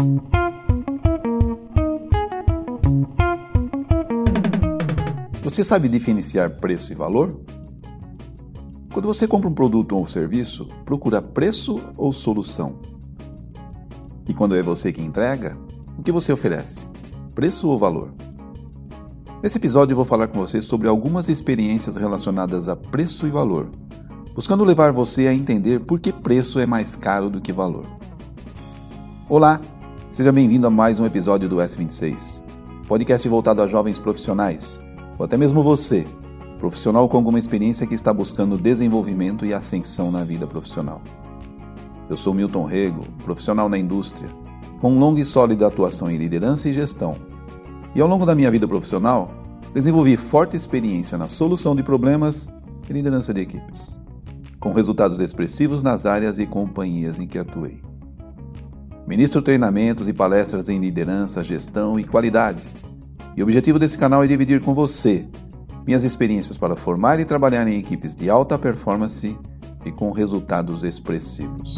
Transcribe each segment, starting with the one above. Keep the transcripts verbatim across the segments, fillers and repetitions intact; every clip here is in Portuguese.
Você sabe diferenciar preço e valor? Quando você compra um produto ou um serviço, procura preço ou solução? E quando é você que entrega, o que você oferece? Preço ou valor? Nesse episódio eu vou falar com você sobre algumas experiências relacionadas a preço e valor, buscando levar você a entender por que preço é mais caro do que valor. Olá, seja bem-vindo a mais um episódio do S vinte e seis, podcast voltado a jovens profissionais, ou até mesmo você, profissional com alguma experiência que está buscando desenvolvimento e ascensão na vida profissional. Eu sou Milton Rego, profissional na indústria, com longa e sólida atuação em liderança e gestão. E ao longo da minha vida profissional, desenvolvi forte experiência na solução de problemas e liderança de equipes, com resultados expressivos nas áreas e companhias em que atuei. Ministro treinamentos e palestras em liderança, gestão e qualidade. E o objetivo desse canal é dividir com você minhas experiências para formar e trabalhar em equipes de alta performance e com resultados expressivos.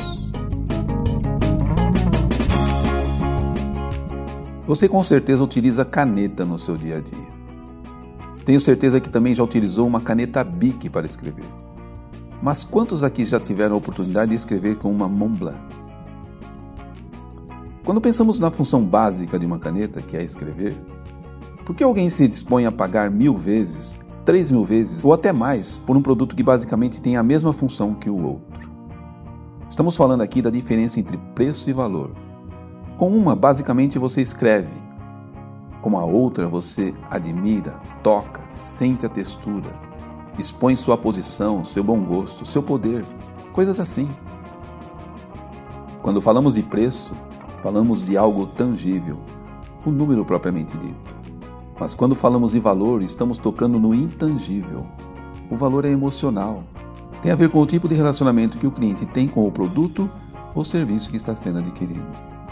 Você com certeza utiliza caneta no seu dia a dia. Tenho certeza que também já utilizou uma caneta Bic para escrever. Mas quantos aqui já tiveram a oportunidade de escrever com uma Montblanc? Quando pensamos na função básica de uma caneta, que é escrever, por que alguém se dispõe a pagar mil vezes, três mil vezes ou até mais por um produto que basicamente tem a mesma função que o outro? Estamos falando aqui da diferença entre preço e valor. Com uma, basicamente, você escreve. Com a outra, você admira, toca, sente a textura, expõe sua posição, seu bom gosto, seu poder, coisas assim. Quando falamos de preço, falamos de algo tangível, o número propriamente dito. Mas quando falamos de valor, estamos tocando no intangível. O valor é emocional. Tem a ver com o tipo de relacionamento que o cliente tem com o produto ou serviço que está sendo adquirido.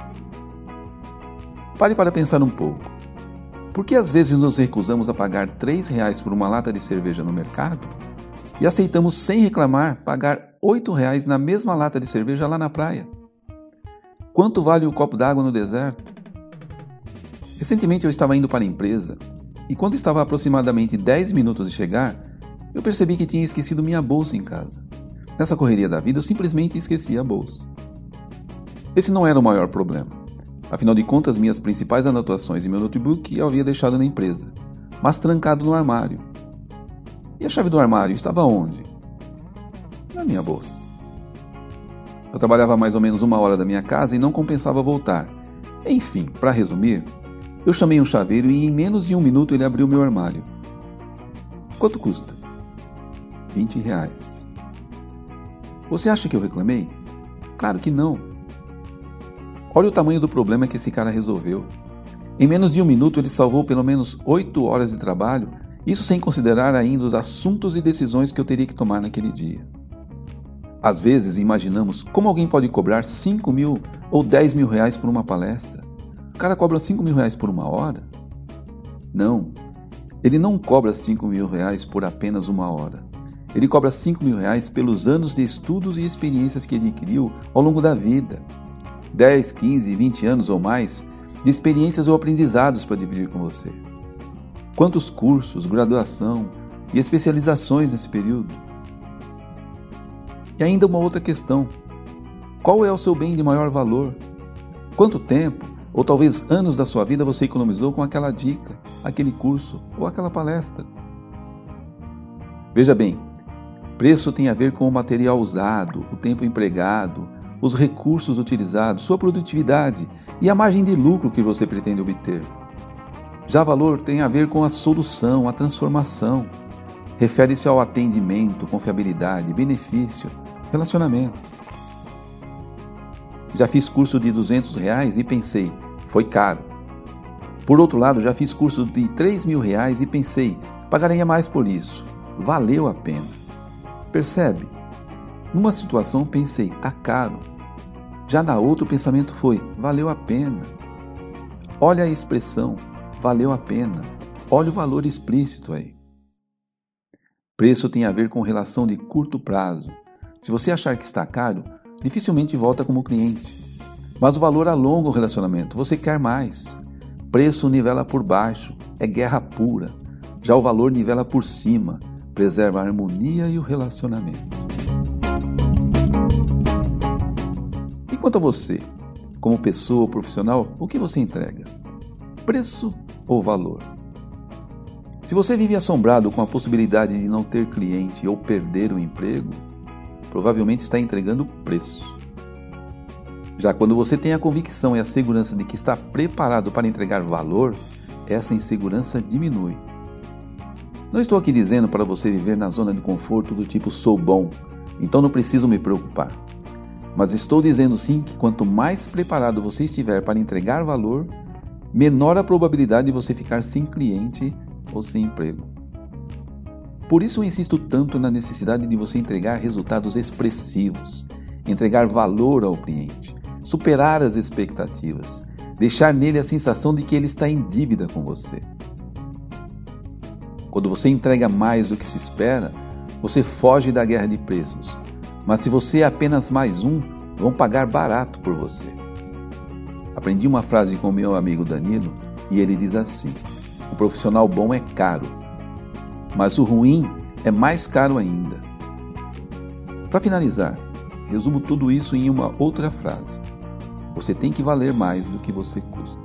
Pare para pensar um pouco. Por que às vezes nos recusamos a pagar três reais por uma lata de cerveja no mercado e aceitamos, sem reclamar, pagar oito reais na mesma lata de cerveja lá na praia? Quanto vale o copo d'água no deserto? Recentemente eu estava indo para a empresa e quando estava aproximadamente dez minutos de chegar, eu percebi que tinha esquecido minha bolsa em casa. Nessa correria da vida eu simplesmente esqueci a bolsa. Esse não era o maior problema. Afinal de contas, minhas principais anotações e meu notebook eu havia deixado na empresa, mas trancado no armário. E a chave do armário estava onde? Na minha bolsa. Eu trabalhava mais ou menos uma hora da minha casa e não compensava voltar. Enfim, para resumir, eu chamei um chaveiro e em menos de um minuto ele abriu meu armário. Quanto custa? vinte reais. Você acha que eu reclamei? Claro que não. Olha o tamanho do problema que esse cara resolveu. Em menos de um minuto ele salvou pelo menos oito horas de trabalho, isso sem considerar ainda os assuntos e decisões que eu teria que tomar naquele dia. Às vezes imaginamos como alguém pode cobrar cinco mil ou dez mil reais por uma palestra. O cara cobra cinco mil reais por uma hora? Não, ele não cobra cinco mil reais por apenas uma hora. Ele cobra cinco mil reais pelos anos de estudos e experiências que adquiriu ao longo da vida. dez, quinze, vinte anos ou mais de experiências ou aprendizados para dividir com você. Quantos cursos, graduação e especializações nesse período? E ainda uma outra questão. Qual é o seu bem de maior valor? Quanto tempo, ou talvez anos da sua vida você economizou com aquela dica, aquele curso ou aquela palestra? Veja bem, preço tem a ver com o material usado, o tempo empregado, os recursos utilizados, sua produtividade e a margem de lucro que você pretende obter. Já valor tem a ver com a solução, a transformação. Refere-se ao atendimento, confiabilidade, benefício, relacionamento. Já fiz curso de duzentos reais e pensei, foi caro. Por outro lado, já fiz curso de três mil reais e pensei, pagaria mais por isso. Valeu a pena. Percebe? Numa situação pensei, tá caro. Já na outra o pensamento foi, valeu a pena. Olha a expressão, valeu a pena. Olha o valor explícito aí. Preço tem a ver com relação de curto prazo. Se você achar que está caro, dificilmente volta como cliente. Mas o valor alonga o relacionamento, você quer mais. Preço nivela por baixo, é guerra pura. Já o valor nivela por cima, preserva a harmonia e o relacionamento. E quanto a você, como pessoa ou profissional, o que você entrega? Preço ou valor? Se você vive assombrado com a possibilidade de não ter cliente ou perder o emprego, provavelmente está entregando preço. Já quando você tem a convicção e a segurança de que está preparado para entregar valor, essa insegurança diminui. Não estou aqui dizendo para você viver na zona de conforto do tipo sou bom, então não preciso me preocupar. Mas estou dizendo sim que quanto mais preparado você estiver para entregar valor, menor a probabilidade de você ficar sem cliente ou sem emprego. Por isso eu insisto tanto na necessidade de você entregar resultados expressivos, entregar valor ao cliente, superar as expectativas, deixar nele a sensação de que ele está em dívida com você. Quando você entrega mais do que se espera, você foge da guerra de preços. Mas se você é apenas mais um, vão pagar barato por você. Aprendi uma frase com o meu amigo Danilo e ele diz assim: o profissional bom é caro, mas o ruim é mais caro ainda. Para finalizar, resumo tudo isso em uma outra frase: você tem que valer mais do que você custa.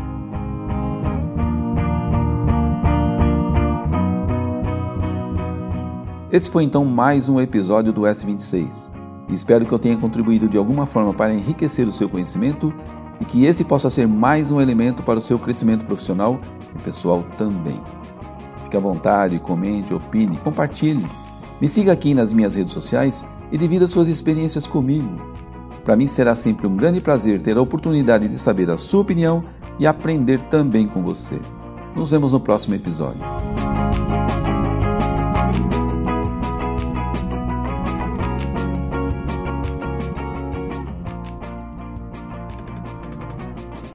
Esse foi então mais um episódio do S vinte e seis. E espero que eu tenha contribuído de alguma forma para enriquecer o seu conhecimento e que esse possa ser mais um elemento para o seu crescimento profissional e pessoal também. Fique à vontade, comente, opine, compartilhe. Me siga aqui nas minhas redes sociais e divida suas experiências comigo. Para mim será sempre um grande prazer ter a oportunidade de saber a sua opinião e aprender também com você. Nos vemos no próximo episódio.